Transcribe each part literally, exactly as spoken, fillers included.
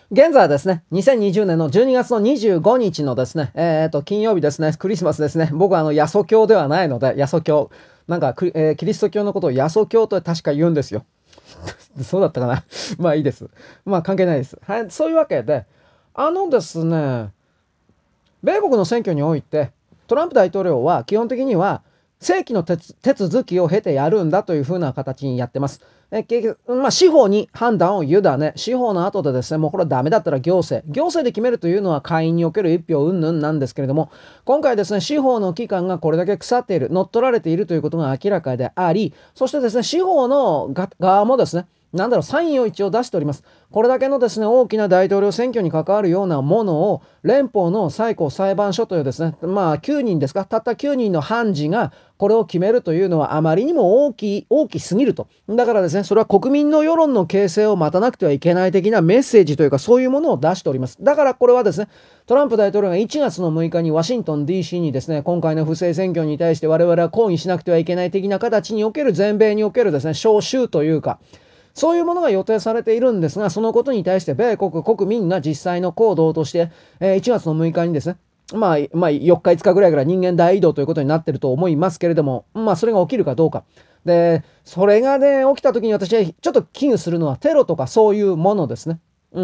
現在はですね、にせんにじゅうねんのじゅうにがつのにじゅうごにちのですね、えっと、金曜日ですね、クリスマスですね。僕はあの、ヤソ教ではないので、ヤソ教。なんか、えー、キリスト教のことをヤソ教と確か言うんですよ。そうだったかな。まあいいです。まあ関係ないです。はい、そういうわけで、あのですね、米国の選挙において、トランプ大統領は基本的には正規の手続きを経てやるんだというふうな形にやってます。え結局、まあ、司法に判断を委ね、司法の後でですね、もうこれはダメだったら行政。行政で決めるというのは下院における一票云々なんですけれども、今回ですね、司法の機関がこれだけ腐っている、乗っ取られているということが明らかであり、そしてですね、司法の側もですね、なんだろう、サインを一応出しております。これだけのですね、大きな大統領選挙に関わるようなものを、連邦の最高裁判所というですね、まあきゅうにんですか、たったきゅうにんの判事がこれを決めるというのはあまりにも大きい、大きすぎると。だからですね、それは国民の世論の形成を待たなくてはいけない的なメッセージというか、そういうものを出しております。だからこれはですね、トランプ大統領がいちがつのむいかにワシントン ディーシー にですね、今回の不正選挙に対して我々は抗議しなくてはいけない的な形における、全米におけるですね、招集というか、そういうものが予定されているんですが、そのことに対して米国国民が実際の行動として、えー、いちがつのむいかにですね、まあ、まあ、よっかいつかぐらいから人間大移動ということになっていると思いますけれども、まあ、それが起きるかどうか。で、それがね、起きた時に私はちょっと危惧するのはテロとかそういうものですね。うん、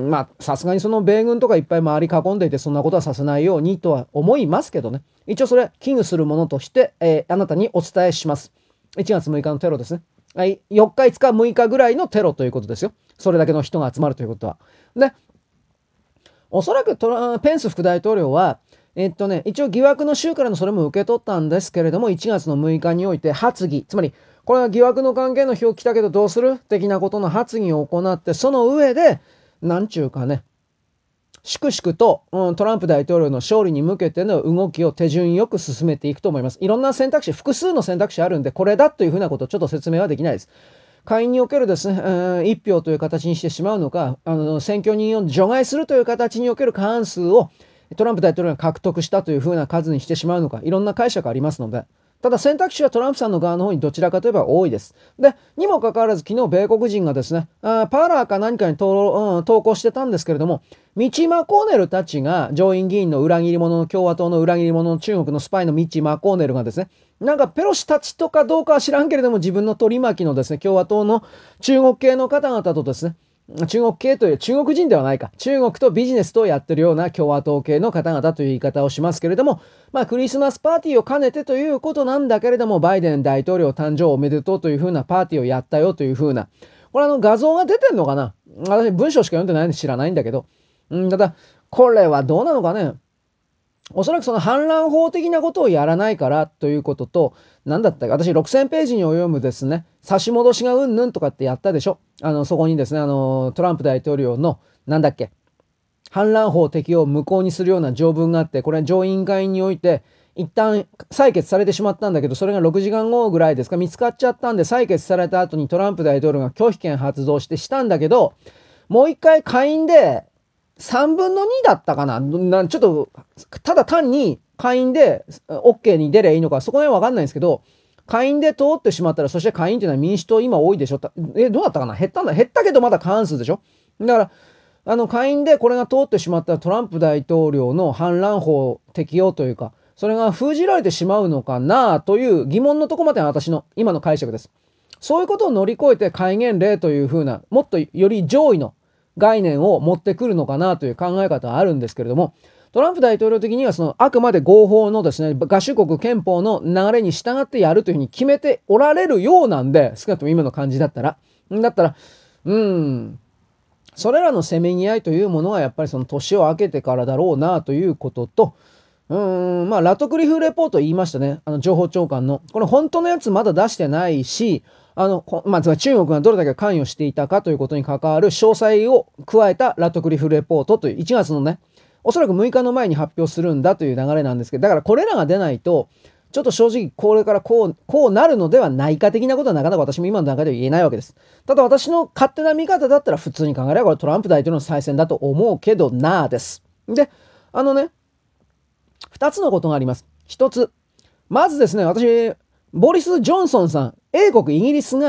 まあ、さすがにその米軍とかいっぱい周り囲んでいて、そんなことはさせないようにとは思いますけどね。一応それ、危惧するものとして、えー、あなたにお伝えします。いちがつむいかのテロですね。はい、よっかいつかむいかぐらいのテロということですよ。それだけの人が集まるということは。で、おそらくトラペンス副大統領は、えっとね、一応疑惑の州からのそれも受け取ったんですけれども、いちがつのむいかにおいて発議、つまり、これは疑惑の関係の表来たけどどうする的なことの発議を行って、その上で、なんちゅうかね、粛々と、うん、トランプ大統領の勝利に向けての動きを手順よく進めていくと思います。いろんな選択肢、複数の選択肢あるんで、これだというふうなことをちょっと説明はできないです。下院におけるですね、えー、いち票という形にしてしまうのか、あの選挙人を除外するという形における過半数をトランプ大統領が獲得したというふうな数にしてしまうのか、いろんな解釈ありますので、ただ選択肢はトランプさんの側の方にどちらかといえば多いです。で、にもかかわらず昨日米国人がですね、あパーラーか何かに投、うん、投稿してたんですけれども、ミチ・マコーネルたちが上院議員の裏切り者の共和党の裏切り者の中国のスパイのミチ・マコーネルがですね、なんかペロシたちとかどうかは知らんけれども自分の取り巻きのですね、共和党の中国系の方々とですね、中国系という中国人ではないか。中国とビジネスとやってるような共和党系の方々という言い方をしますけれども、まあクリスマスパーティーを兼ねてということなんだけれども、バイデン大統領誕生おめでとうというふうなパーティーをやったよというふうな。これあの画像が出てんのかな？私文章しか読んでないんで知らないんだけど。うん、ただ、これはどうなのかね。おそらくその反乱法的なことをやらないからということと、なんだったか、私ろくせんページに及むですね、差し戻しがうんぬんとかってやったでしょ。あの、そこにですね、あの、トランプ大統領の、なんだっけ、反乱法適用を無効にするような条文があって、これは上院会において、一旦採決されてしまったんだけど、それがろくじかんごぐらいですか、見つかっちゃったんで、採決された後にトランプ大統領が拒否権発動してしたんだけど、もう一回下院でさんぶんのにだったかな、なちょっと、ただ単に下院で OK に出りゃいいのか、そこら辺わかんないんですけど、下院で通ってしまったら、そして下院っていうのは民主党今多いでしょ。え、どうだったかな、減ったんだ。減ったけどまだ過半数でしょ。だから、あの、下院でこれが通ってしまったらトランプ大統領の反乱法適用というか、それが封じられてしまうのかなという疑問のとこまでは私の今の解釈です。そういうことを乗り越えて戒厳令というふうな、もっとより上位の概念を持ってくるのかなという考え方はあるんですけれども、トランプ大統領的にはそのあくまで合法のですね、合衆国憲法の流れに従ってやるというふうに決めておられるようなんで、少なくとも今の感じだったら。だったら、うーん、それらのせめぎ合いというものはやっぱりその年を明けてからだろうなということと、うーん、まあ、ラトクリフレポート言いましたね。あの、情報長官の。これ本当のやつまだ出してないし、あの、まあ、つまり中国がどれだけ関与していたかということに関わる詳細を加えたラトクリフレポートといういちがつのね、おそらくむいかの前に発表するんだという流れなんですけど、だからこれらが出ないと、ちょっと正直これからこう、こうなるのではないか的なことはなかなか私も今の段階では言えないわけです。ただ私の勝手な見方だったら普通に考えればこれトランプ大統領の再選だと思うけどなぁです。で、あのね、二つのことがあります。一つ、まずですね、私、ボリス・ジョンソンさん、英国イギリスが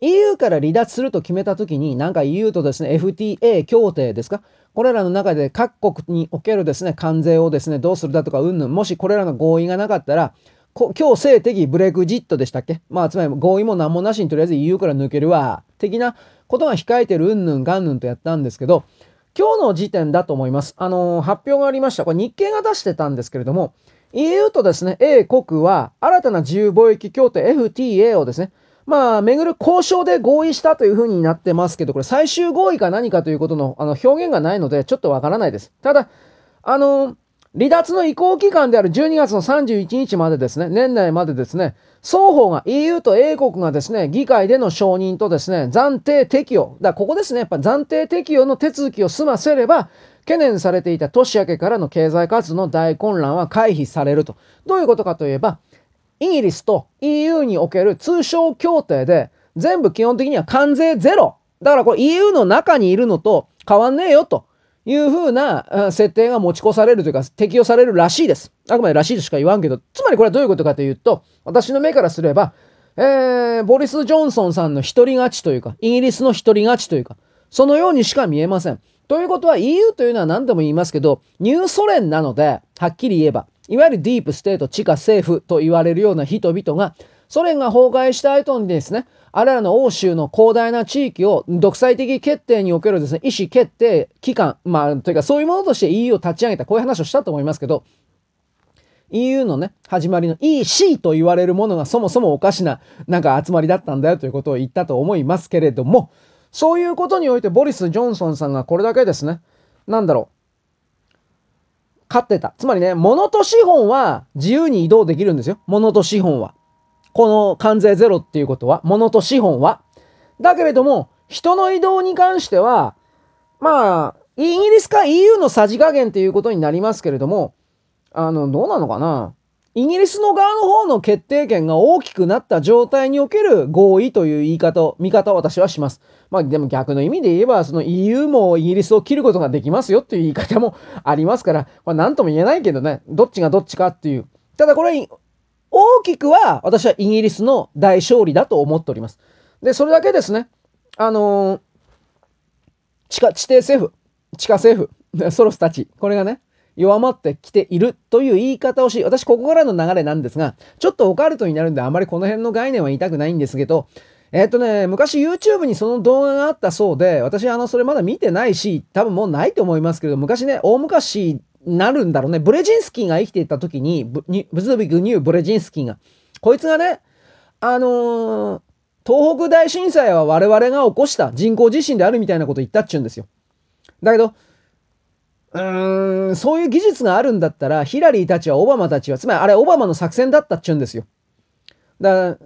イーユー から離脱すると決めたときに、なんか イーユー とですね、エフティーエー 協定ですか、これらの中で各国におけるですね、関税をですね、どうするだとか、うんぬん、もしこれらの合意がなかったら、強制的ブレグジットでしたっけ、まあ、つまり合意も何もなしにとりあえず イーユー から抜けるわ、的なことが控えてるうんぬんがんぬんとやったんですけど、今日の時点だと思います。あのー、発表がありました。これ日経が出してたんですけれども、イーユー とですね、英国は新たな自由貿易協定 エフティーエー をですね、まあ、めぐる交渉で合意したというふうになってますけど、これ最終合意か何かということの、あの表現がないので、ちょっとわからないです。ただ、あの、離脱の移行期間であるじゅうにがつのさんじゅういちにちまでですね、年内までですね、双方が イーユー と英国がですね、議会での承認とですね、暫定適用。だからここですね、やっぱ暫定適用の手続きを済ませれば、懸念されていた年明けからの経済活動の大混乱は回避されると。どういうことかといえば、イギリスと イーユー における通商協定で、全部基本的には関税ゼロ。だからこれ イーユー の中にいるのと変わんねえよというふうな設定が持ち越されるというか適用されるらしいです。あくまでらしいとしか言わんけど、つまりこれはどういうことかというと、私の目からすれば、えー、ボリス・ジョンソンさんの一人勝ちというか、イギリスの一人勝ちというか、そのようにしか見えません。ということは イーユー というのは何でも言いますけど、ニューソ連なので、はっきり言えば、いわゆるディープステート、地下政府と言われるような人々が、ソ連が崩壊した後にですね、あれらの欧州の広大な地域を独裁的決定におけるですね、意思決定機関、まあ、というかそういうものとして イーユー を立ち上げた、こういう話をしたと思いますけど、イーユー のね、始まりの イーシー と言われるものがそもそもおかしな、なんか集まりだったんだよということを言ったと思いますけれども、そういうことにおいてボリス・ジョンソンさんがこれだけですね、なんだろう、勝ってた。つまりね、物と資本は自由に移動できるんですよ。物と資本は。この関税ゼロっていうことは、物と資本は。だけれども、人の移動に関しては、まあ、イギリスか イーユー のさじ加減っていうことになりますけれども、あの、どうなのかな。イギリスの側の方の決定権が大きくなった状態における合意という言い方、見方を私はします。まあでも逆の意味で言えば、その イーユー もイギリスを切ることができますよっていう言い方もありますから、まあ何とも言えないけどね、どっちがどっちかっていう。ただこれ、大きくは私はイギリスの大勝利だと思っております。で、それだけですね、あのー、地下、地底政府、地下政府、ソロスたち、これがね、弱まってきているという言い方をし、私ここからの流れなんですが、ちょっとオカルトになるんであまりこの辺の概念は言いたくないんですけど、えっとね、昔 YouTube にその動画があったそうで、私あの、それまだ見てないし、多分もうないと思いますけど、昔ね、大昔になるんだろうね、ブレジンスキーが生きていた時に、ブブズビグニュー・ブレジンスキーが、こいつがね、あのー東北大震災は我々が起こした人工地震であるみたいなこと言ったっちゅうんですよ。だけど、うーん、そういう技術があるんだったら、ヒラリーたちはオバマたちは、つまりあれオバマの作戦だったっちゅうんですよ。だから、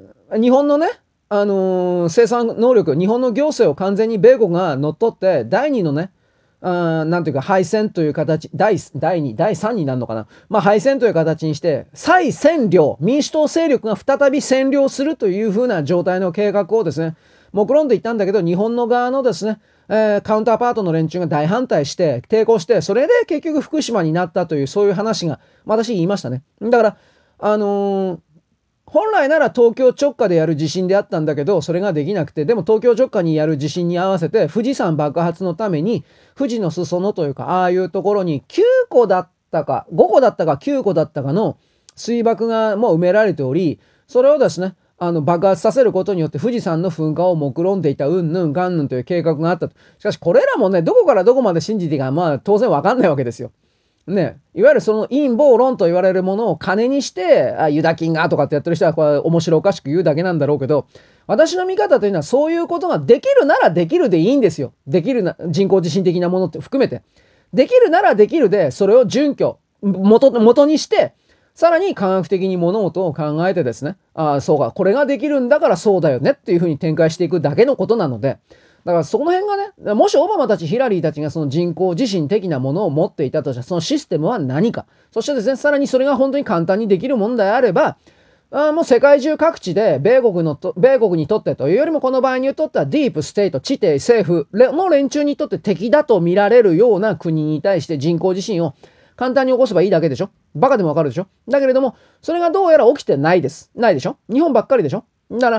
日本のね、あのー生産能力、日本の行政を完全に米国が乗っ取って、第二のね、あなんていうか、敗戦という形、第、第二、第三になるのかな。まあ、敗戦という形にして、再占領、民主党勢力が再び占領するというふうな状態の計画をですね、目論んでいったんだけど、日本の側のですね、えーカウンターパートの連中が大反対して、抵抗して、それで結局福島になったという、そういう話が、私言いましたね。だから、あのー本来なら東京直下でやる地震であったんだけど、それができなくて、でも東京直下にやる地震に合わせて、富士山爆発のために、富士の裾野というか、ああいうところにきゅうこだったか、ごこだったかきゅうこだったかの水爆がもう埋められており、それをですね、あの爆発させることによって富士山の噴火を目論んでいたうんぬんがんぬんという計画があったと。しかしこれらもね、どこからどこまで信じていいか、まあ当然わかんないわけですよ。ね、いわゆるその陰謀論と言われるものを金にして、あ、ユダ菌がとかってやってる人はこれ面白おかしく言うだけなんだろうけど、私の見方というのはそういうことができるならできるでいいんですよ。できるな、人工地震的なものって含めて。できるならできるで、それを準拠、元、元にして、さらに科学的に物事を考えてですね、ああ、そうか、これができるんだからそうだよねっていうふうに展開していくだけのことなので、だからその辺がね、もしオバマたち、ヒラリーたちがその人工地震的なものを持っていたとしたら、そのシステムは何か。そしてですね、さらにそれが本当に簡単にできるものであれば、あもう世界中各地で米国のと、米国にとってというよりもこの場合にとってはディープステート、地底政府の連中にとって敵だと見られるような国に対して人工地震を簡単に起こせばいいだけでしょ。バカでもわかるでしょ。だけれども、それがどうやら起きてないです。ないでしょ。日本ばっかりでしょ。だから、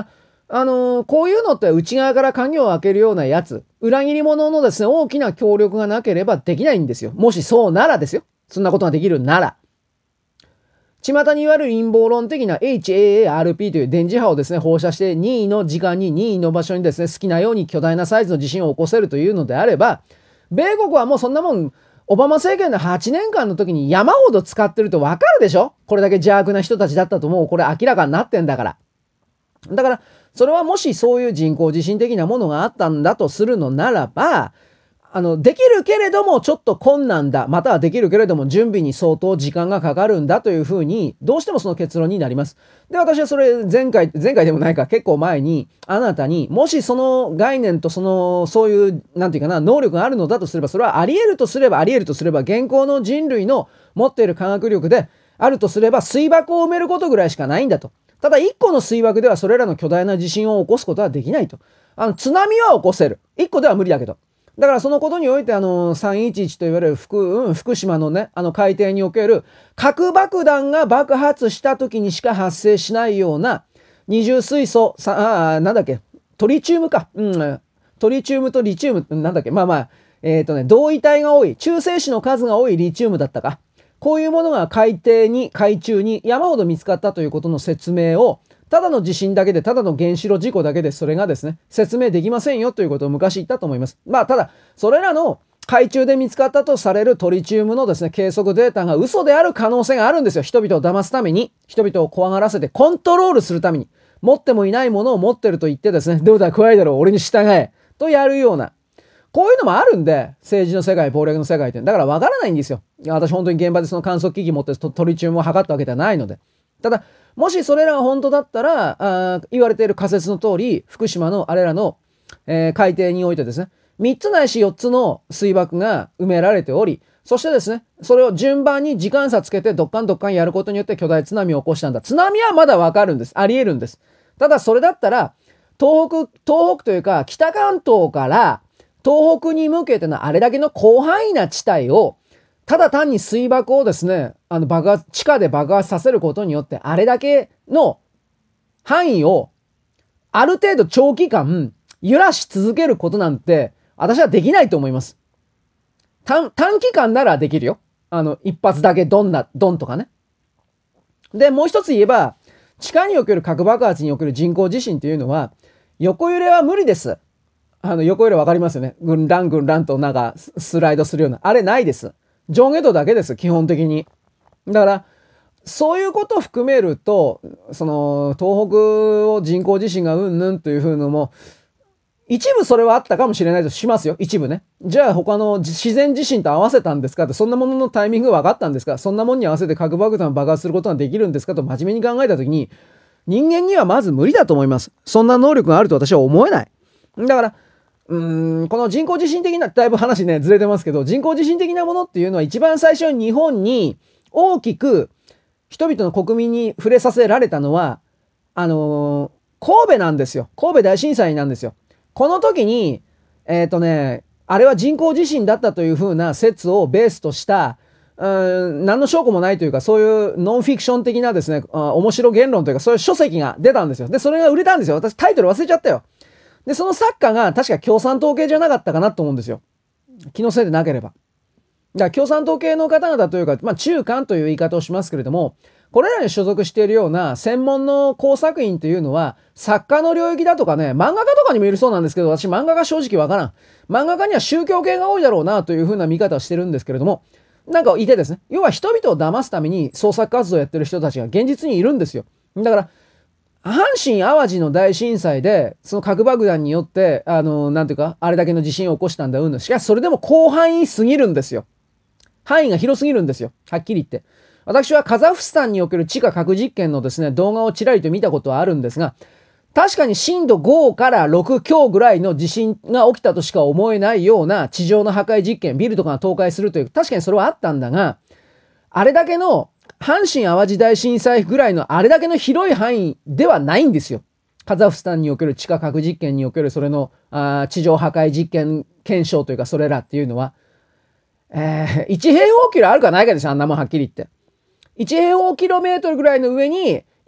あのーこういうのって内側から鍵を開けるようなやつ、裏切り者のですね、大きな協力がなければできないんですよ。もしそうならですよ。そんなことができるなら。巷に言われる陰謀論的な エイチエーエーアールピー という電磁波をですね、放射して任意の時間に任意の場所にですね、好きなように巨大なサイズの地震を起こせるというのであれば、米国はもうそんなもん、オバマ政権のはちねんかんの時に山ほど使ってるとわかるでしょ？これだけ邪悪な人たちだったともうこれ明らかになってんだから。だから、それはもしそういう人工地震的なものがあったんだとするのならば、あの、できるけれどもちょっと困難だ。またはできるけれども準備に相当時間がかかるんだというふうに、どうしてもその結論になります。で、私はそれ前回、前回でもないか結構前に、あなたに、もしその概念とその、そういう、なんていうかな、能力があるのだとすれば、それはあり得るとすれば、あり得るとすれば、現行の人類の持っている科学力であるとすれば、水爆を埋めることぐらいしかないんだと。ただ、一個の水爆ではそれらの巨大な地震を起こすことはできないと。あの、津波は起こせる。一個では無理だけど。だからそのことにおいてあのさんいちいちと言われる 福,、うん、福島のねあの海底における核爆弾が爆発した時にしか発生しないような二重水素さあなんだっけトリチウムか、うん、トリチウムとリチウムなんだっけまあまあえっ、ー、とね同位体が多い中性子の数が多いリチウムだったかこういうものが海底に海中に山ほど見つかったということの説明をただの地震だけで、ただの原子炉事故だけで、それがですね、説明できませんよということを昔言ったと思います。まあ、ただ、それらの海中で見つかったとされるトリチウムのですね、計測データが嘘である可能性があるんですよ。人々を騙すために、人々を怖がらせてコントロールするために、持ってもいないものを持ってると言ってですね、どうだ、怖いだろう、俺に従え、とやるような、こういうのもあるんで、政治の世界、暴力の世界って。だから分からないんですよ。私本当に現場でその観測機器持ってトリチウムを測ったわけではないので。ただ、もしそれらが本当だったら、あ言われている仮説の通り、福島のあれらの、えー海底においてですね、みっつないしよっつの水爆が埋められており、そしてですね、それを順番に時間差つけてドッカンドッカンやることによって巨大津波を起こしたんだ。津波はまだわかるんです。あり得るんです。ただそれだったら、東北、東北というか北関東から東北に向けてのあれだけの広範囲な地帯を、ただ単に水爆をですね、あの爆発、地下で爆発させることによって、あれだけの範囲を、ある程度長期間、揺らし続けることなんて、私はできないと思います。短、短期間ならできるよ。あの、一発だけドンな、ドンとかね。で、もう一つ言えば、地下における核爆発における人工地震っていうのは、横揺れは無理です。あの、横揺れわかりますよね。ぐんらんぐんらんとなんかスライドするような。あれないです。上下動だけです、基本的に。だから、そういうことを含めると、その、東北を人工地震がうんぬんというふうのも、一部それはあったかもしれないとしますよ。一部ね。じゃあ他の自然地震と合わせたんですかって、そんなもののタイミング分かったんですか？そんなもんに合わせて核爆弾を爆発することができるんですかと真面目に考えたときに、人間にはまず無理だと思います。そんな能力があると私は思えない。だから、うーん、この人工地震的な、だいぶ話ね、ずれてますけど、人工地震的なものっていうのは一番最初に日本に大きく人々の国民に触れさせられたのは、あのー神戸なんですよ。神戸大震災なんですよ。この時に、えっとね、あれは人工地震だったというふうな説をベースとした、うーん、何の証拠もないというか、そういうノンフィクション的なですね、あ面白言論というか、そういう書籍が出たんですよ。で、それが売れたんですよ。私タイトル忘れちゃったよ。で、その作家が確か共産党系じゃなかったかなと思うんですよ。気のせいでなければ。だから共産党系の方々というか、まあ中間という言い方をしますけれども、これらに所属しているような専門の工作員というのは、作家の領域だとかね、漫画家とかにもいるそうなんですけど、私漫画が正直わからん。漫画家には宗教系が多いだろうなというふうな見方をしてるんですけれども、なんかいてですね、要は人々を騙すために創作活動をやってる人たちが現実にいるんですよ。だから、阪神淡路の大震災で、その核爆弾によって、あの、なんていうか、あれだけの地震を起こしたんだ、うんぬ。しかしそれでも広範囲すぎるんですよ。範囲が広すぎるんですよ。はっきり言って。私はカザフスタンにおける地下核実験のですね、動画をちらりと見たことはあるんですが、確かに震度ごからろく強ぐらいの地震が起きたとしか思えないような地上の破壊実験、ビルとかが倒壊するという、確かにそれはあったんだが、あれだけの阪神淡路大震災ぐらいのあれだけの広い範囲ではないんですよ。カザフスタンにおける地下核実験におけるそれのあ地上破壊実験検証というかそれらっていうのは、えー、いち平方キロあるかないかですよ、あんなもんはっきり言って。いち平方キロメートルぐらいの上に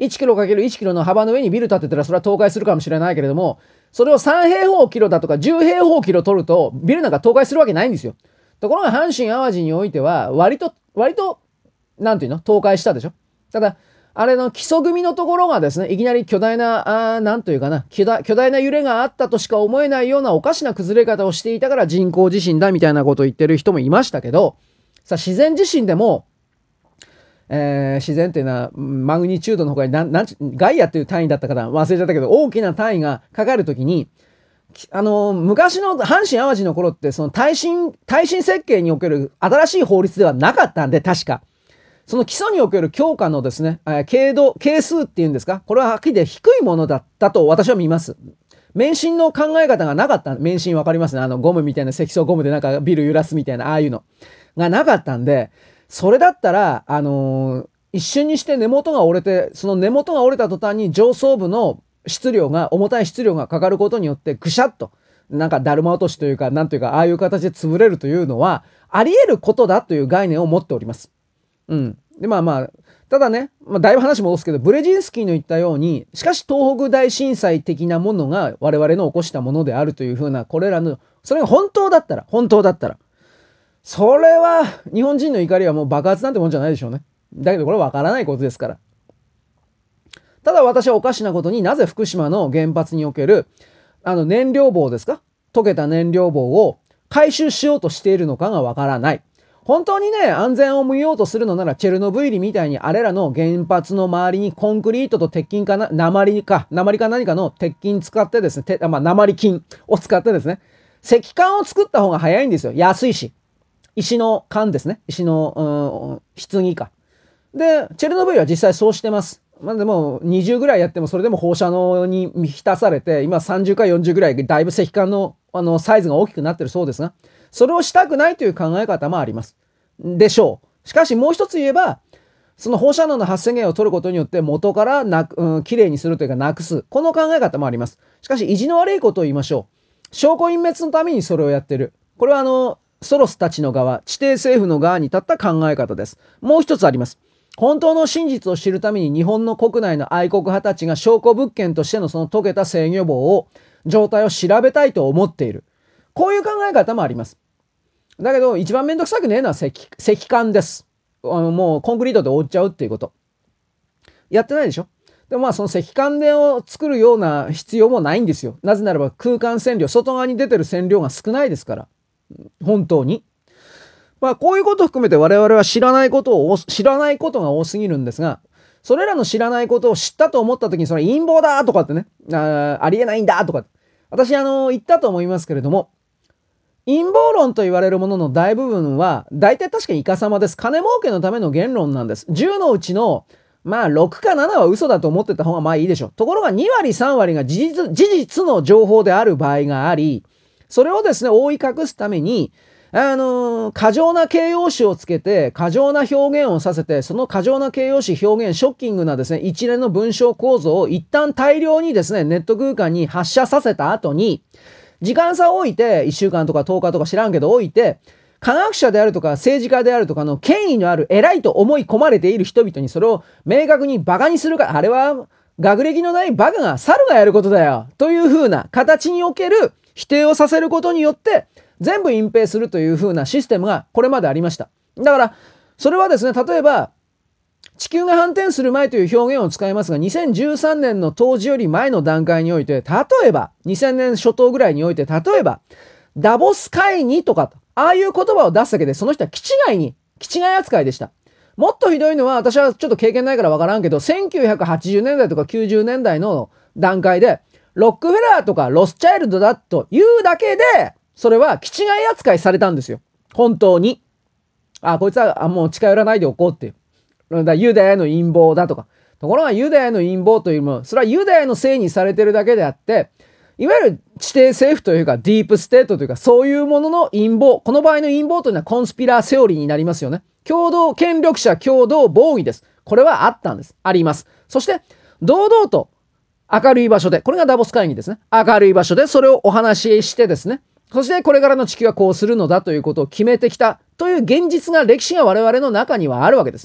いちキロかけるいちキロの幅の上にビル建てたらそれは倒壊するかもしれないけれども、それをさん平方キロだとかじゅう平方キロ取るとビルなんか倒壊するわけないんですよ。ところが阪神淡路においては割と割となんていうの倒壊したでしょ。ただあれの基礎組のところがですね、いきなり巨大な、あなんというかな巨大、巨大な揺れがあったとしか思えないようなおかしな崩れ方をしていたから人工地震だみたいなことを言ってる人もいましたけど、さあ自然地震でも、えー、自然っていうのはマグニチュードの他になんなんガイアっていう単位だったから忘れちゃったけど、大きな単位がかかるときに、あの昔の阪神淡路の頃ってその耐震耐震設計における新しい法律ではなかったんで、確かその基礎における強化のですね、えー、経度係数っていうんですか、これははっきりで低いものだったと私は見ます。免震の考え方がなかった。免震わかりますね。あのゴムみたいな積層ゴムでなんかビル揺らすみたいなああいうのがなかったんで、それだったらあのー、一瞬にして根元が折れて、その根元が折れた途端に上層部の質量が重たい質量がかかることによってぐしゃっとなんかだるま落としというかなんというかああいう形で潰れるというのはあり得ることだという概念を持っております。うん。で、まあまあ、ただね、まあ、だいぶ話戻すけど、ブレジンスキーの言ったように、しかし東北大震災的なものが我々の起こしたものであるというふうな、これらの、それが本当だったら、本当だったら、それは日本人の怒りはもう爆発なんてもんじゃないでしょうね。だけどこれはわからないことですから。ただ私はおかしなことになぜ福島の原発における、あの燃料棒ですか？溶けた燃料棒を回収しようとしているのかがわからない。本当にね、安全を見ようとするのなら、チェルノブイリみたいにあれらの原発の周りにコンクリートと鉄筋かな、鉛か、鉛か何かの鉄筋使ってですね、まあ、鉛筋を使ってですね、石棺を作った方が早いんですよ。安いし。石の棺ですね。石の、うん、棺か。で、チェルノブイリは実際そうしてます。まあでもにじゅうぐらいやってもそれでも放射能に浸されて、今さんじゅうかよんじゅうぐらいだいぶ石棺のあのサイズが大きくなってるそうですが、それをしたくないという考え方もあります。でしょう。しかしもう一つ言えば、その放射能の発生源を取ることによって元からなく、うん、きれいにするというかなくす。この考え方もあります。しかし意地の悪いことを言いましょう。証拠隠滅のためにそれをやってる。これはあの、ソロスたちの側、地底政府の側に立った考え方です。もう一つあります。本当の真実を知るために日本の国内の愛国派たちが証拠物件としてのその溶けた制御棒を、状態を調べたいと思っている。こういう考え方もあります。だけど一番めんどくさくねえのは石、石棺です。あのもうコンクリートで覆っちゃうっていうこと。やってないでしょ。でもまあその石棺でを作るような必要もないんですよ。なぜならば空間線量、外側に出てる線量が少ないですから。本当に。まあこういうことを含めて我々は知らないことを、知らないことが多すぎるんですが、それらの知らないことを知ったと思った時にそれ陰謀だとかってね、あ、ありえないんだとか。私あの言ったと思いますけれども、陰謀論と言われるものの大部分は大体確かにイカサマです。金儲けのための言論なんです。じゅうのうちのまあろくかななは嘘だと思ってた方がまあいいでしょう。ところがに割さん割が事実、事実の情報である場合があり、それをですね、覆い隠すために、あのー、過剰な形容詞をつけて、過剰な表現をさせて、その過剰な形容詞、表現、ショッキングなですね、一連の文章構造を一旦大量にですね、ネット空間に発射させた後に、時間差を置いて、いっしゅうかんとかとおかとか知らんけど置いて、科学者であるとか政治家であるとかの権威のある偉いと思い込まれている人々にそれを明確にバカにするか、あれは学歴のないバカが猿がやることだよという風な形における否定をさせることによって全部隠蔽するという風なシステムがこれまでありました。だからそれはですね、例えば地球が反転する前という表現を使いますが、にせんじゅうさんねんの当時より前の段階において、例えばにせんねん初頭ぐらいにおいて、例えばダボス会議とかああいう言葉を出すだけでその人は気違いに気違い扱いでした。もっとひどいのは、私はちょっと経験ないからわからんけど、せんきゅうひゃくはちじゅうねんだいとかきゅうじゅうねんだいの段階でロックフェラーとかロスチャイルドだというだけで、それは気違い扱いされたんですよ。本当に。あ、こいつはもう近寄らないでおこうっていう。だユダヤの陰謀だとか。ところがユダヤの陰謀というもの、それはユダヤのせいにされてるだけであって、いわゆる地底政府というかディープステートというかそういうものの陰謀、この場合の陰謀というのはコンスピラーセオリーになりますよね。共同、権力者共同防御です。これはあったんです。あります。そして、堂々と明るい場所で、これがダボス会議ですね。明るい場所でそれをお話ししてですね。そしてこれからの地球はこうするのだということを決めてきたという現実が歴史が我々の中にはあるわけです。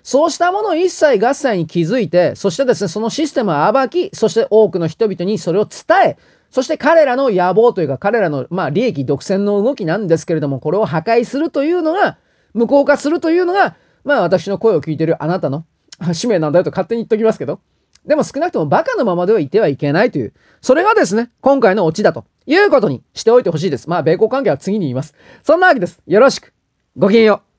そうしたものを一切合切に気づいて、そしてですね、そのシステムを暴き、そして多くの人々にそれを伝え、そして彼らの野望というか、彼らの、まあ、利益独占の動きなんですけれども、これを破壊するというのが、無効化するというのが、まあ、私の声を聞いているあなたの使命なんだよと勝手に言っておきますけど、でも少なくともバカのままではいてはいけないという、それがですね、今回のオチだということにしておいてほしいです。まあ、米国関係は次に言います。そんなわけです。よろしく。ごきげんよう。